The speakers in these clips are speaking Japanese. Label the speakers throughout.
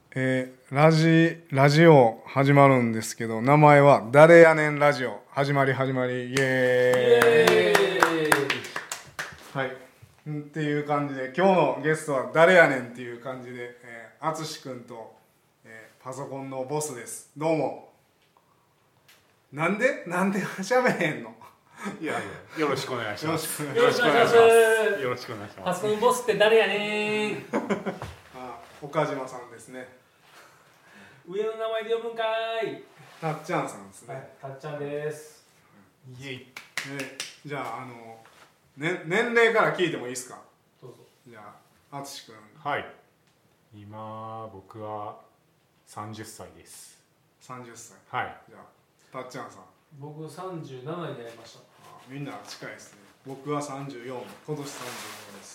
Speaker 1: ラジオ始まるんですけど、名前は誰やねんラジオ。始まりイエーイ。はい、っていう感じで、今日のゲストは誰やねんっていう感じで、あつしくんと、パソコンのボスです。どうも。なんで喋れへんの。
Speaker 2: いやよろしくお願いします。
Speaker 3: よろしくお願いします。
Speaker 2: よろしくお願いします。
Speaker 3: パソコンボスって誰やねん。
Speaker 1: 岡島さんですね。
Speaker 3: 上の名前で呼ぶんかい。
Speaker 1: たっちゃんさんですね。
Speaker 3: はい、たっちゃんです。
Speaker 2: イエイ。
Speaker 1: じゃあ年齢から聞いてもいいですか。
Speaker 3: どうぞ。
Speaker 1: じゃああつしくん。
Speaker 2: はい。今僕は30歳です。
Speaker 1: 30歳。
Speaker 2: はい。
Speaker 1: じゃあたっちゃんさん。
Speaker 3: 僕37になりました。
Speaker 1: みんな近いですね。僕は34、今年35です。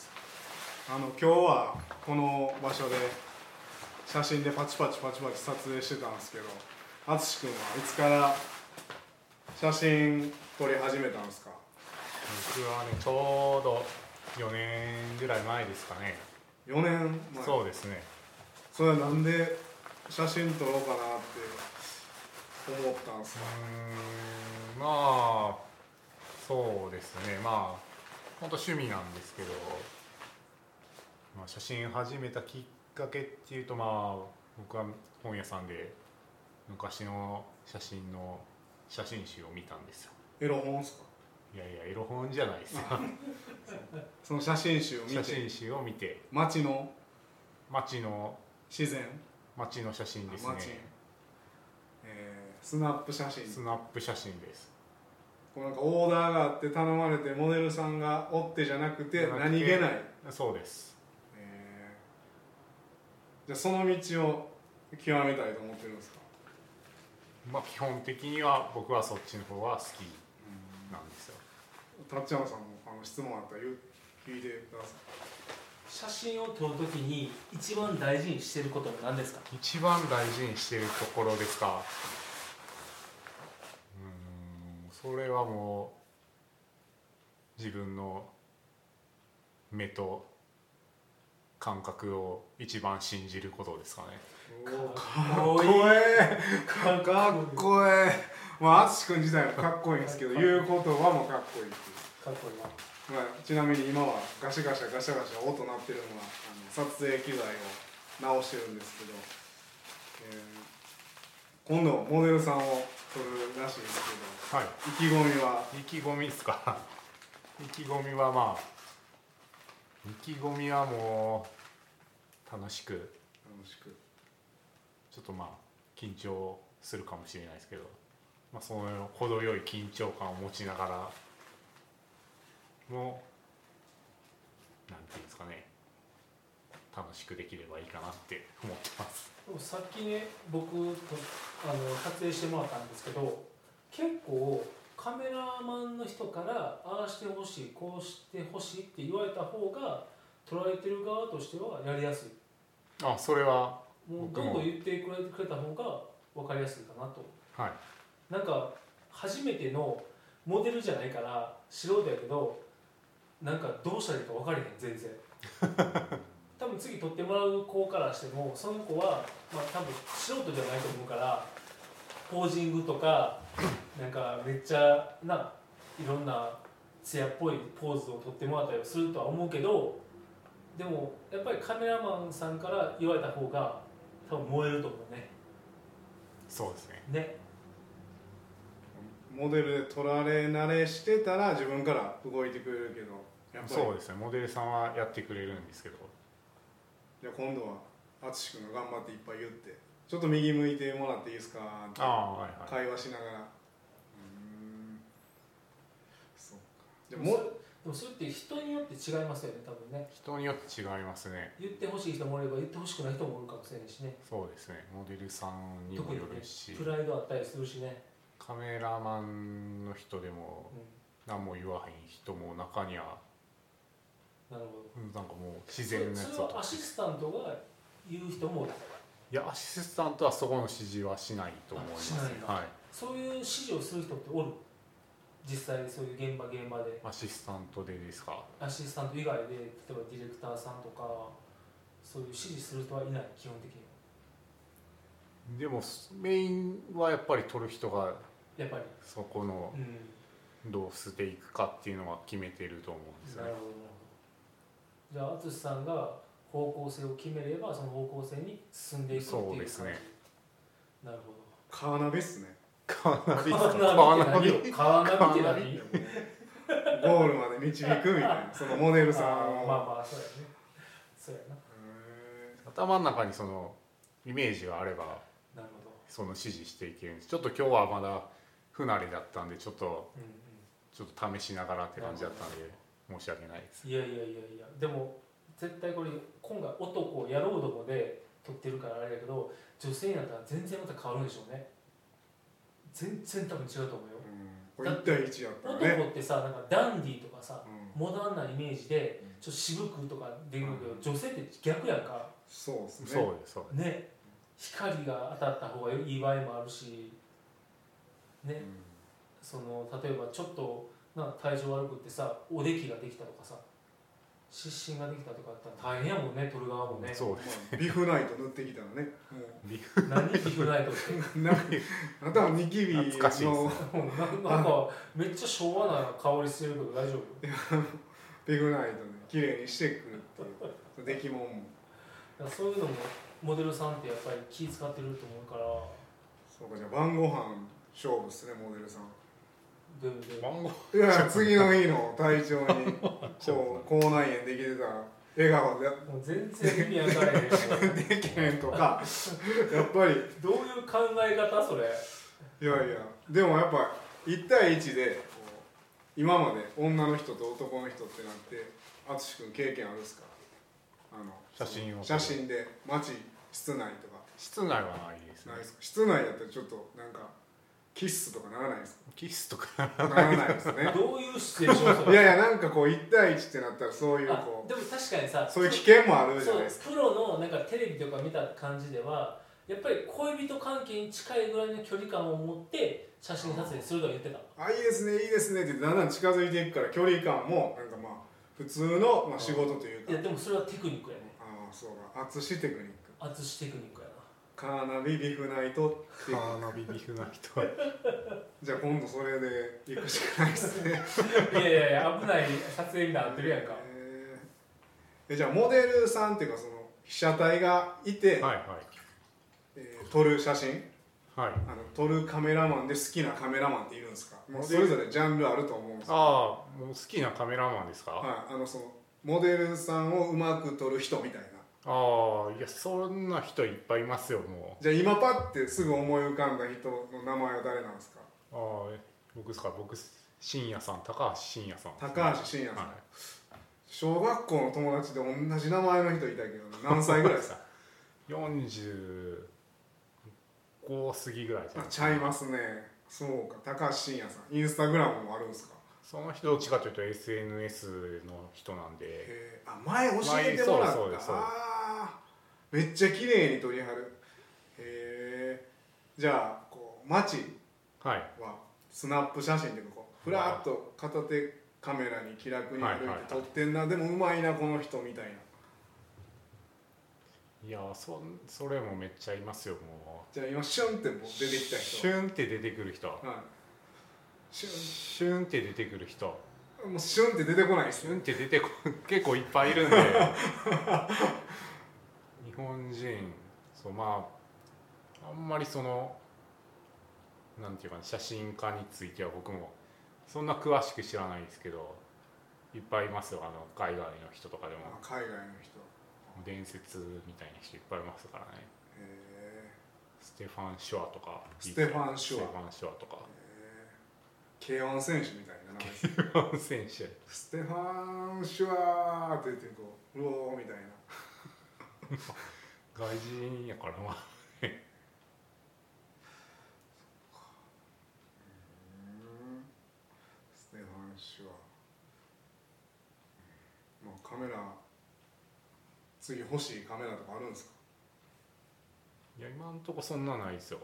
Speaker 1: 今日はこの場所で写真でパチパチ撮影してたんですけど、あつしくんはいつから写真撮り始めたんですか。
Speaker 2: 僕はね、ちょうど4年ぐらい前ですかね。
Speaker 1: 4年前。
Speaker 2: そうですね。
Speaker 1: それはなんで写真撮ろうかなって思ったんですか。
Speaker 2: まあそうですね。まあ本当趣味なんですけど、写真始めたきっかけっていうと、僕は本屋さんで昔の写真の写真集を見たんですよ。
Speaker 1: エロ本ですか。
Speaker 2: いやエロ本じゃないですよ。
Speaker 1: その写真集を見て街の自然、
Speaker 2: 街の写真ですね。
Speaker 1: スナップ写真
Speaker 2: です。
Speaker 1: こうなんかオーダーがあって頼まれてモデルさんがおってじゃなくて何気ない。
Speaker 2: そうです。
Speaker 1: じゃあその道を極めたいと思ってるんですか。
Speaker 2: 基本的には僕はそっちの方が好きなんですよ。
Speaker 1: たっちゃんさんも質問あったら聞いてください。
Speaker 3: 写真を撮るときに一番大事にしていることは何ですか。
Speaker 2: 一番大事にしているところですか。それはもう自分の目と感覚を一番信じることですかね。
Speaker 1: かっこええ。あつしくん自体もかっこいいんですけど、言う言葉もかっこいいっていう。
Speaker 3: かっこいいな。
Speaker 1: ちなみに今はガシガシ音鳴ってるのは撮影機材を直してるんですけど、今度モデルさんを撮るらしいんですけど、
Speaker 2: はい、
Speaker 1: 意気込みです
Speaker 2: か。意気込みはもう楽しくちょっと緊張するかもしれないですけど、その程よい緊張感を持ちながらもなんていうんですかね、楽しくできればいいかなって思ってます。
Speaker 3: さっきね、僕と撮影してもらったんですけど、結構カメラマンの人からああしてほしいこうしてほしいって言われた方が捉えてる側としてはやりやすい。
Speaker 2: それは
Speaker 3: もうどんどん言ってくれた方が分かりやすいかなと。
Speaker 2: はい。
Speaker 3: なんか初めてのモデルじゃないから素人やけど、なんかどうしたらいいか分かれへん全然。多分次撮ってもらう子からしても、その子は多分素人じゃないと思うから、ポージングとかなんかめっちゃいろんな艶っぽいポーズを撮ってもらったりするとは思うけど、でもやっぱりカメラマンさんから言われた方が多分燃えると思うね。
Speaker 2: そうですね。
Speaker 3: ね。
Speaker 1: モデルで撮られ慣れしてたら自分から動いてくれるけど、やっぱり
Speaker 2: そうですね。モデルさんはやってくれるんですけど、
Speaker 1: じゃあ今度はあつしくんが頑張っていっぱい言って、ちょっと右向いてもらっていいですかって会話しながら。そうか。
Speaker 3: でもそれって人によって違いますよね、多分ね。
Speaker 2: 人によって違いますね。
Speaker 3: 言ってほしい人もいれば言ってほしくない人もいるかもしれないしね。
Speaker 2: そうですね。モデルさんにもよるし、
Speaker 3: プライドあったりするしね。
Speaker 2: カメラマンの人でも何も言わへん人も中には、
Speaker 3: なるほど。
Speaker 2: なんかもう自然なやつを。
Speaker 3: それはアシスタントが言う人も。
Speaker 2: いや、アシスタントはそこの指示はしないと思います。はい。
Speaker 3: そういう指示をする人っておる？実際そういう現場で。
Speaker 2: アシスタントでですか？
Speaker 3: アシスタント以外で、例えばディレクターさんとかそういう指示する人はいない、基本的には。
Speaker 2: でもメインはやっぱり撮る人が
Speaker 3: やっぱり、
Speaker 2: そこのどうしていくかっていうのは決めてると思うんですね。
Speaker 3: なるほど。じゃあ淳さんが方向性を決めればその方向性に進んでいくっていう感じ。
Speaker 2: そうですね。
Speaker 3: なるほど。
Speaker 1: カーナビっすね。
Speaker 2: カーナビ
Speaker 3: カーナビって何？
Speaker 1: ゴールまで導くみたいな、そのモデルさんを。
Speaker 3: まあまあそうやね。そうやな。
Speaker 2: 頭の中にそのイメージがあれば
Speaker 3: なるほど。
Speaker 2: その指示していけるんです。ちょっと今日はまだ不慣れだったんでちょっと試しながらって感じだったんで申し訳ないです。
Speaker 3: いやでも絶対これ今回男やろうどもで撮ってるからあれだけど、女性になったら全然また変わるんでしょうね。全然多分違うと思うよ。
Speaker 1: これ1対1やったらね。
Speaker 3: 男ってさ、なんかダンディーとかさ、モダンなイメージでちょっと渋くとかできるけど、女性って逆やんか。
Speaker 1: そうですね。
Speaker 2: そうですそうです。
Speaker 3: ね、光が当たった方がいい場合もあるし、ね、その例えばちょっと体調悪くってさ、おできができたとかさ、湿疹ができたとかあったら大変やもんね、撮る側もね。
Speaker 2: そう
Speaker 1: です。ビフナイト塗ってきたらね。
Speaker 3: 何ビフナイトって。
Speaker 1: なんかあなたもニキビの
Speaker 2: 懐かしいです
Speaker 3: なんかめっちゃ昭和な香りしてるけど大丈夫？
Speaker 1: ビフナイトで綺麗にしてくるっていう出来もんも。
Speaker 3: そういうのもモデルさんってやっぱり気使ってると思うから。
Speaker 1: そうか、じゃあ晩ご飯勝負っすね、モデルさん。
Speaker 2: 晩ご
Speaker 1: いや次の日の体調にこう口内炎できてたら笑顔で
Speaker 3: もう全然意味わからへん
Speaker 1: できへんとかやっぱり
Speaker 3: どういう考え方それ？
Speaker 1: いやでもやっぱ1対1でこう今まで女の人と男の人ってなって淳君経験あるっすか？写真で街室内とか。
Speaker 2: 室内はないですね。
Speaker 1: ないっすか？室内だったらちょっとなんかキッスとかならないですか？
Speaker 2: キスとか
Speaker 1: ならないですね。
Speaker 3: どういうシチュエーションそれ？
Speaker 1: いやなんかこう1対1ってなったらそういうこう
Speaker 3: でも確かにさ、
Speaker 1: そういう危険もあるじゃないですか。
Speaker 3: プロのなんかテレビとか見た感じではやっぱり恋人関係に近いぐらいの距離感を持って写真撮影するとは言ってた。
Speaker 1: いいですねいいですねってだんだん近づいていくから距離感もなんかまあ普通の仕事というか。
Speaker 3: いやでもそれはテクニックやね。
Speaker 1: ああそうか、淳テクニック。
Speaker 3: 淳テクニックやな。
Speaker 1: カーナビビフナイトっていう。
Speaker 2: カーナビビフナイト
Speaker 1: じゃあ今度それで行くしかないですね。
Speaker 3: いや危ない撮影みたいになってるやんか。
Speaker 1: じゃあモデルさんっていうかその被写体がいて、
Speaker 2: はいはい
Speaker 1: 撮る写真、
Speaker 2: はい、
Speaker 1: 撮るカメラマンで好きなカメラマンっているんですか？もうそれぞれジャンルあると思うんですけど。
Speaker 2: ああもう好きなカメラマンですか？
Speaker 1: はいそのモデルさんをうまく撮る人みたいな。
Speaker 2: ああいやそんな人いっぱいいますよもう。
Speaker 1: じゃあ今パッてすぐ思い浮かんだ人の名前は誰なんですか？
Speaker 2: ああ僕ですか？僕深夜さん、高橋深夜さん、
Speaker 1: 高橋深夜さん、
Speaker 2: はい、
Speaker 1: 小学校の友達で同じ名前の人いたけど何歳ぐらいですか
Speaker 2: 45過ぎぐらいじゃないですか。
Speaker 1: ちゃいますね。そうか、高橋深夜さんインスタグラムもあるんですか？
Speaker 2: その人どっちかというと SNS の人なんで。
Speaker 1: 前教えてもらった。
Speaker 2: そうです
Speaker 1: めっちゃ綺麗に撮りはる。じゃあこう街はスナップ写真でこうふらっと片手カメラに気楽に歩いて撮ってんな、でもうまいなこの人みたいな。
Speaker 2: いやそれもめっちゃいますよもう。
Speaker 1: じゃあ今シュンって出てきた人、
Speaker 2: シュンって出てくる人、シュンって出てくる人、
Speaker 1: もうシュンって出てこないです
Speaker 2: シュンって出て結構いっぱいいるんで日本人そうまああんまりそのなんていうか、写真家については僕もそんな詳しく知らないですけどいっぱいいますよ。海外の人とかでも。
Speaker 1: 海外の人
Speaker 2: 伝説みたいな人いっぱいいますからね。ステファン・シュワとか。
Speaker 1: ステファン・シュワ
Speaker 2: とか。
Speaker 1: K1 選手みたいな名
Speaker 2: 前です。K1 選手。
Speaker 1: ステファン・シュワーって言ってこううおーみたいな
Speaker 2: 外人やからまあ
Speaker 1: ステファン・シュワー、もうカメラ次欲しいカメラとかあるんですか？
Speaker 2: いや今んとこそんなないですよ。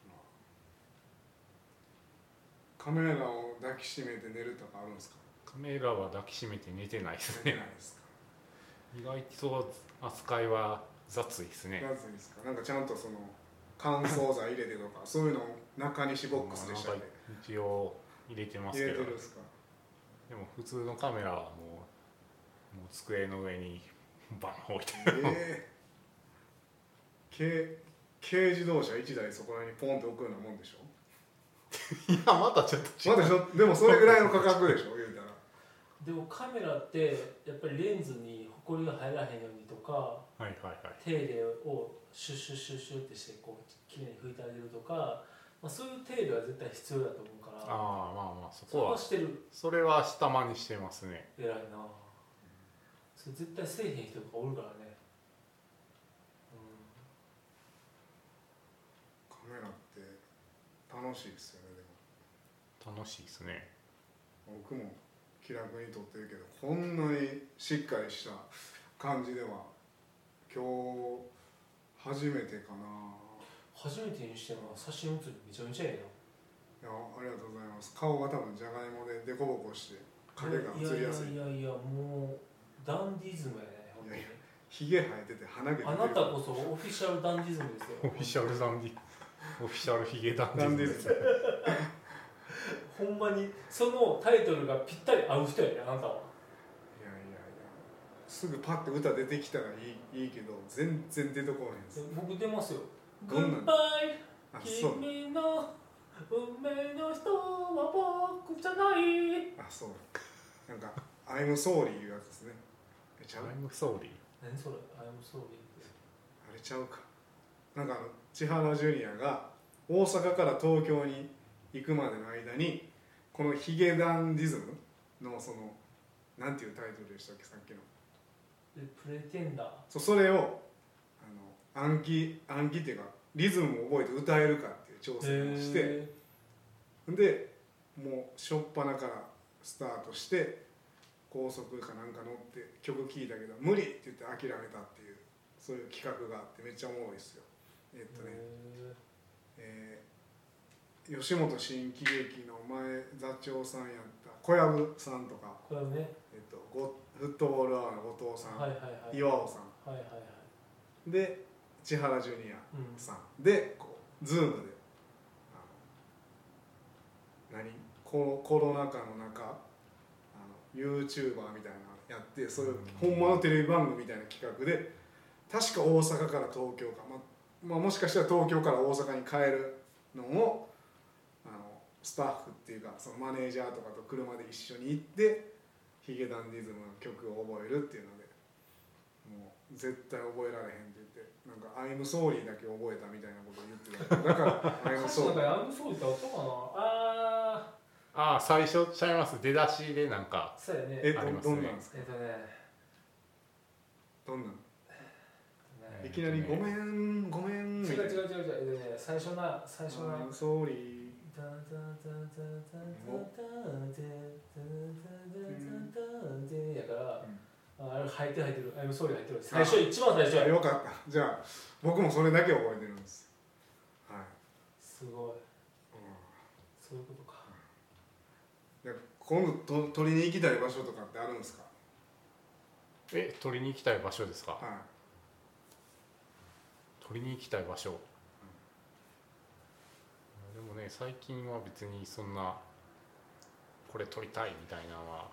Speaker 1: カメラを抱きしめて寝るとかあるんですか？
Speaker 2: カメラは抱きしめて寝てないですね。
Speaker 1: 寝てないですか？
Speaker 2: 意外と扱いは雑いですね。
Speaker 1: 雑いですか？なんかちゃんとその乾燥剤入れてとかそういうのを中西ボックスでしたっけ？
Speaker 2: 一応入れてますけど、
Speaker 1: 入れてるんですか？
Speaker 2: でも普通のカメラはもう机の上にバン置いてる、
Speaker 1: 軽自動車1台そこらにポンって置くようなもんでしょ？
Speaker 2: いやまたちょっと違う、
Speaker 1: まだでもそれぐらいの価格でしょ言うたら。
Speaker 3: でもカメラってやっぱりレンズにホコリが入らへんようにとか、
Speaker 2: はいはいはい、
Speaker 3: 手入れをシュッシュッシュッシュッってしてこうきれいに拭いてあげるとか、そういう手入れは絶対必要だと思うから。
Speaker 2: ああまあまあそ
Speaker 3: それ
Speaker 2: こは
Speaker 3: はしてる。
Speaker 2: それはたまにしてますね。
Speaker 3: 偉いな。それ絶対せえへん人とかおるからね。
Speaker 1: カメラって楽しいですよね。でも
Speaker 2: 楽しいですね。
Speaker 1: 僕も気楽に撮ってるけどこんなにしっかりした感じでは今日初めてかな。
Speaker 3: 初めてにしても写真写るめちゃめちゃえ
Speaker 1: いやありがとうございます。顔が多分じゃがいもでデコボコして影が映りやすい。
Speaker 3: いやもうダンディズムやね本当に。
Speaker 1: ひげ生えてて鼻毛出てる。
Speaker 3: あなたこそオフィシャルダンディズムですよ。
Speaker 2: オフィシャルダンディオフィシャルヒゲダンディズムです
Speaker 3: ほんまにそのタイトルがぴったり合う人やねあなたは。
Speaker 1: いやすぐパッて歌出てきたらいいけど全然出てこないんです。
Speaker 3: 僕出ますよ。グ
Speaker 1: どんなん
Speaker 3: ッバイ
Speaker 1: あそう
Speaker 3: 君の運命の人は僕じゃない。
Speaker 1: あそうなんか「I'm sorry」いうやつですね。ちゃう
Speaker 2: I'm sorry。
Speaker 3: 何それ I'm sorry って
Speaker 1: あれちゃうか。なんか千原ジュニアが大阪から東京に行くまでの間にこのヒゲダンディズムのそのなんていうタイトルでしたっけさっきの
Speaker 3: プレテンダー。
Speaker 1: それを暗記っていうかリズムを覚えて歌えるかっていう挑戦をしてでもう初っ端からスタートして高速かなんか乗って曲聴いたけど無理って言って諦めたっていうそういう企画があってめっちゃおもろいですよ。吉本新喜劇の前座長さんやった小籔さんとか
Speaker 3: これね、
Speaker 1: フットボールアワーの後藤さん、
Speaker 3: はいはいはい、
Speaker 1: 岩尾さん、
Speaker 3: はいはいはい、
Speaker 1: で千原ジュニアさん、でこうズームでコロナ禍の中YouTuber みたいなのやってそういう本物のテレビ番組みたいな企画で確か大阪から東京か、もしかしたら東京から大阪に帰るのをスタッフっていうかそのマネージャーとかと車で一緒に行ってヒゲダンディズムの曲を覚えるっていうのでもう絶対覚えられへんって言ってなんか「I'm sorry」だけ覚えたみたいなことを言ってただから「I'm sorry」
Speaker 3: I'm sorry ってあったかな
Speaker 2: ああ最初ちゃいます出だしでなんか
Speaker 3: そうやね
Speaker 1: どんなんですかどんなんいきなり「ごめんごめん」みたいな
Speaker 3: 違う最初な
Speaker 1: I'm sorry
Speaker 3: やからあれ入ってるI'm sorry 入ってる最初一番最初や
Speaker 1: よかったじゃあ僕もそれだけ覚えてるんですはい
Speaker 3: すごいそういうことか
Speaker 1: 今度取りに行きたい場所とかってあるんですか
Speaker 2: 取りに行きたい場所ですか、
Speaker 1: はい
Speaker 2: 取りに行きたい場所、でもね最近は別にそんなこれ撮りたいみたいなのは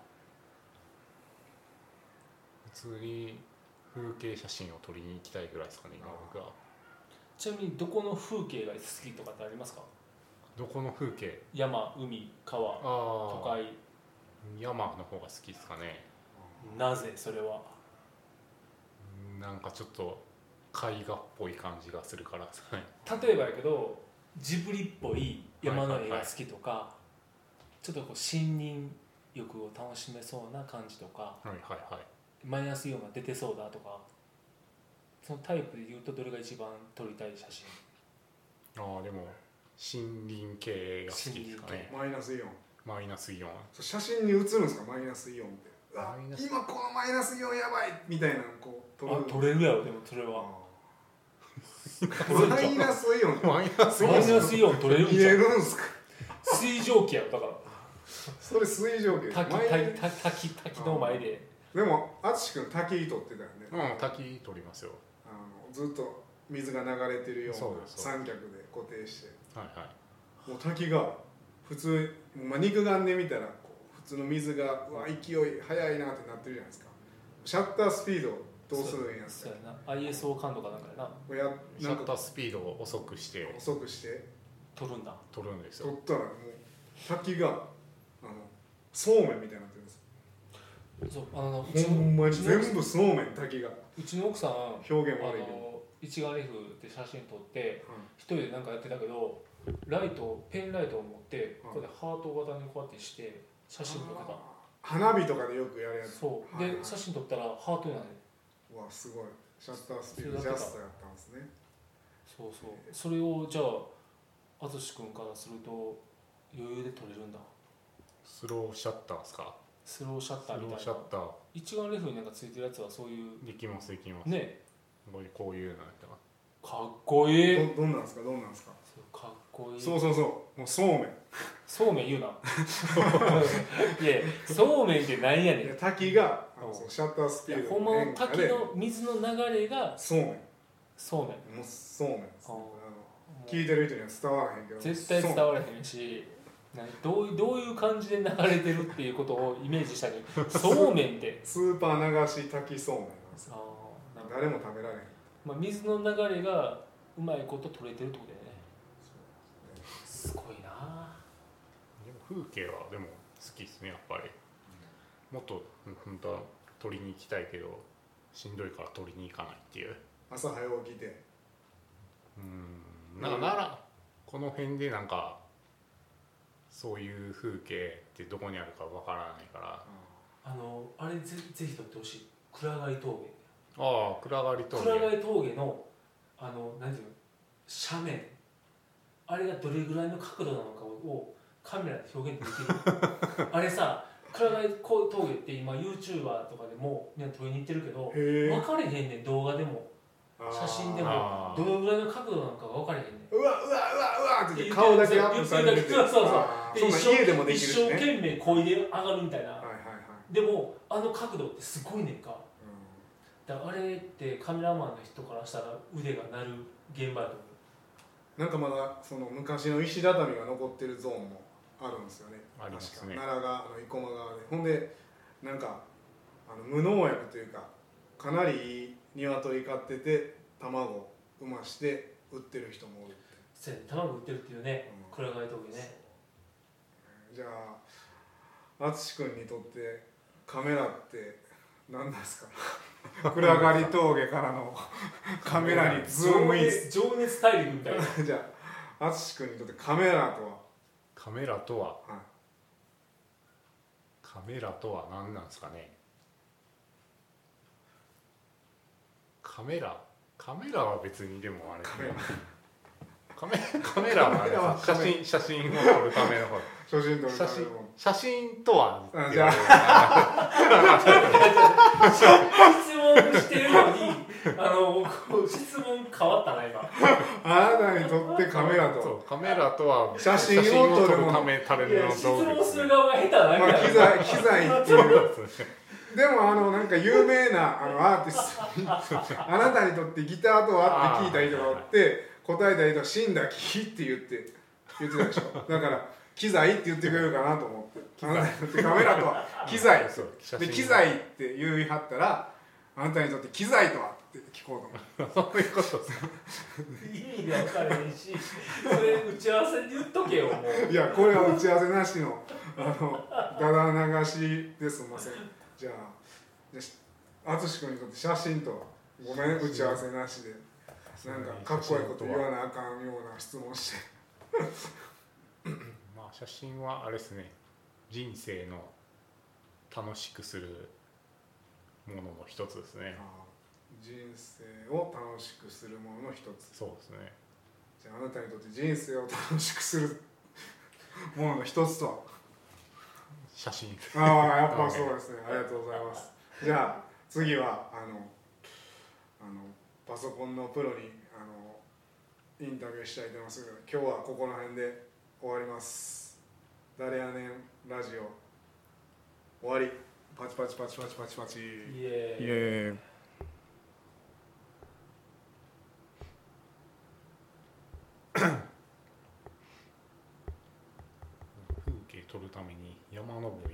Speaker 2: 普通に風景写真を撮りに行きたいぐらいですかね今僕は。
Speaker 3: ちなみにどこの風景が好きとかってありますか？
Speaker 2: どこの風景？
Speaker 3: 山、海、川、都会。
Speaker 2: 山の方が好きですかね。
Speaker 3: なぜそれは？
Speaker 2: なんかちょっと絵画っぽい感じがするからですね。
Speaker 3: 例えばやけどジブリっぽい山の絵が好きとか、ちょっとこう森林欲を楽しめそうな感じとか、マイナスイオンが出てそうだとか、そのタイプで言うとどれが一番撮りたい写真？
Speaker 2: でも森林系が好きですかね。
Speaker 1: マイナスイオン
Speaker 2: 写
Speaker 1: 真に写るんですかマイナスイオンって。今このマイナスイオンやばいみたいなのこう
Speaker 3: 撮れるやろ。でもそれは
Speaker 1: マイナスイオン
Speaker 3: 撮れるんじゃん。
Speaker 1: 入れるんすか？
Speaker 3: 水蒸気やろだから。
Speaker 1: それ水蒸気。
Speaker 3: 滝の前で。
Speaker 1: でも淳君滝撮ってたよね。
Speaker 2: 滝撮りますよ。
Speaker 1: ずっと水が流れてるような
Speaker 2: そうです
Speaker 1: 三脚で固定して、
Speaker 2: はいはい、
Speaker 1: もう滝が普通、肉眼で見たらこう普通の水がうわ勢い速いなってなってるじゃないですか。シャッタースピードどうするんやつ
Speaker 3: そうやな ISO 感度かなんかやな
Speaker 2: シャッタースピードを遅くして
Speaker 3: 撮るんだ。
Speaker 2: 撮るんですよ。
Speaker 1: 撮ったらもう滝がそうめんみたいになってるんです。
Speaker 3: そう
Speaker 1: ほんまに全部そうめん滝が。
Speaker 3: うちの奥さん
Speaker 1: 表現悪いけど
Speaker 3: 一眼レフで写真撮って一人でなんかやってたけど、ペンライトを持ってこうやってハート型にこうやってして写真撮ってた。
Speaker 1: 花火とかでよくやるやつ。
Speaker 3: そう、で写真撮ったらハートになる。
Speaker 1: うわすごい、シャッタースピードジャストやったんですね。
Speaker 3: そうそう、それをじゃあ淳君からすると余裕で撮れるんだ。
Speaker 2: スローシャッターですか。
Speaker 3: スローシャッターみたいな。
Speaker 2: スローシャッター
Speaker 3: 一眼レフになんかついてるやつはそういう
Speaker 2: できますできます
Speaker 3: ね。
Speaker 2: こういうのやったら
Speaker 3: かっこいい。
Speaker 1: どんなんですか
Speaker 3: かっこいい。
Speaker 1: そうもうそうめん
Speaker 3: 言うな。いやそうめんって何やねん。
Speaker 1: 滝がシャッタースピード
Speaker 3: ほんまの滝の水の流れが
Speaker 1: そうめん。
Speaker 3: もうそうめん
Speaker 1: です聞いてる人には伝わらへんけど
Speaker 3: 絶対伝わらへんし、どういう感じで流れてるっていうことをイメージしたりそうめんって
Speaker 1: スーパー流し滝そうめんなんですよ。誰も食べられへん。
Speaker 3: 水の流れがうまいこと取れてるってことだよね。すごいな。
Speaker 2: でも風景はでも好きですねやっぱり。もっと本当は撮りに行きたいけどしんどいから撮りに行かないっていう。
Speaker 1: 朝早起きて
Speaker 2: なんかならこの辺でなんかそういう風景ってどこにあるかわからないから、
Speaker 3: あれぜひ撮ってほしい。暗がり峠。
Speaker 2: ああ暗がり峠
Speaker 3: の何ていうの斜面、あれがどれぐらいの角度なのかをカメラで表現できる。あれさ、暗がり峠って今 YouTuber とかでもみんな撮りに行ってるけど分かれへんねん。動画でも写真でもどのぐらいの角度なのか分かれへんねん。
Speaker 1: うわって顔だけアップされてて、
Speaker 3: そう
Speaker 1: 家でもできるしね。
Speaker 3: 一生懸命漕いで上がるみたいな。
Speaker 1: はいはいはい、
Speaker 3: でも角度ってすごいねんか。だからあれってカメラマンの人からしたら腕が鳴る現場だと思
Speaker 1: う。なんかまだその昔の石畳が残ってるゾーンもあるんですよね。
Speaker 2: ありますね。
Speaker 1: 奈良川の生駒川で、ほんでなんか無農薬というかかなりいい鶏飼ってて卵産まして売ってる人もおるって。
Speaker 3: そうやね、卵売ってるっていうね、暗がり峠ね。
Speaker 1: じゃあ淳君にとってカメラって何なんですか。暗がり峠からのカメラにズームイン。
Speaker 3: 情熱大陸みたいな。
Speaker 1: じゃあ淳君にとってカメラとは。
Speaker 2: カメラとは、
Speaker 1: はい、
Speaker 2: カメラとは何なんですかね。カメラは別にでもあれカメラは写真を撮るための写真とは
Speaker 1: じゃあ
Speaker 3: 質問してるのに質問変わったな今。
Speaker 1: あなたにとってカメラとは。
Speaker 2: カメラとは
Speaker 1: 写真を撮る
Speaker 2: ための道具。
Speaker 3: 質問する側が下手なみたい
Speaker 1: な。機材っていうでもなんか有名なアーティストにあなたにとってギターとはって聞いた人がおって答えた人は死んだ木って言ってたでしょ。だから機材って言ってくれるかなと思って。あなたにとってカメラとは機材で、機材って言い張ったらあなたにとって機材とはって聞こうと思って。
Speaker 2: そういうことですか。
Speaker 3: 意味が分からへんし、それ打ち合わせで言っとけよもう。
Speaker 1: いやこれは打ち合わせなしのだだ流しですみません。じゃあ淳君にとって写真とは。ごめん打ち合わせなしでなんかかっこいいこと言わなあかんような質問して
Speaker 2: まあ写真はあれですね、人生の楽しくするものの一つですね。
Speaker 1: 人生を楽しくするものの一つ。
Speaker 2: そうですね。
Speaker 1: じゃああなたにとって人生を楽しくするものの一つとは。
Speaker 2: 写真。
Speaker 1: やっぱそうですね。ありがとうございます。じゃあ次はパソコンのプロにインタビューしたいと思いますが、今日はここら辺で終わります。誰やねんラジオ終わり。パチパチパチパチパチパチ。イエーイ。
Speaker 2: 風景撮るために山登り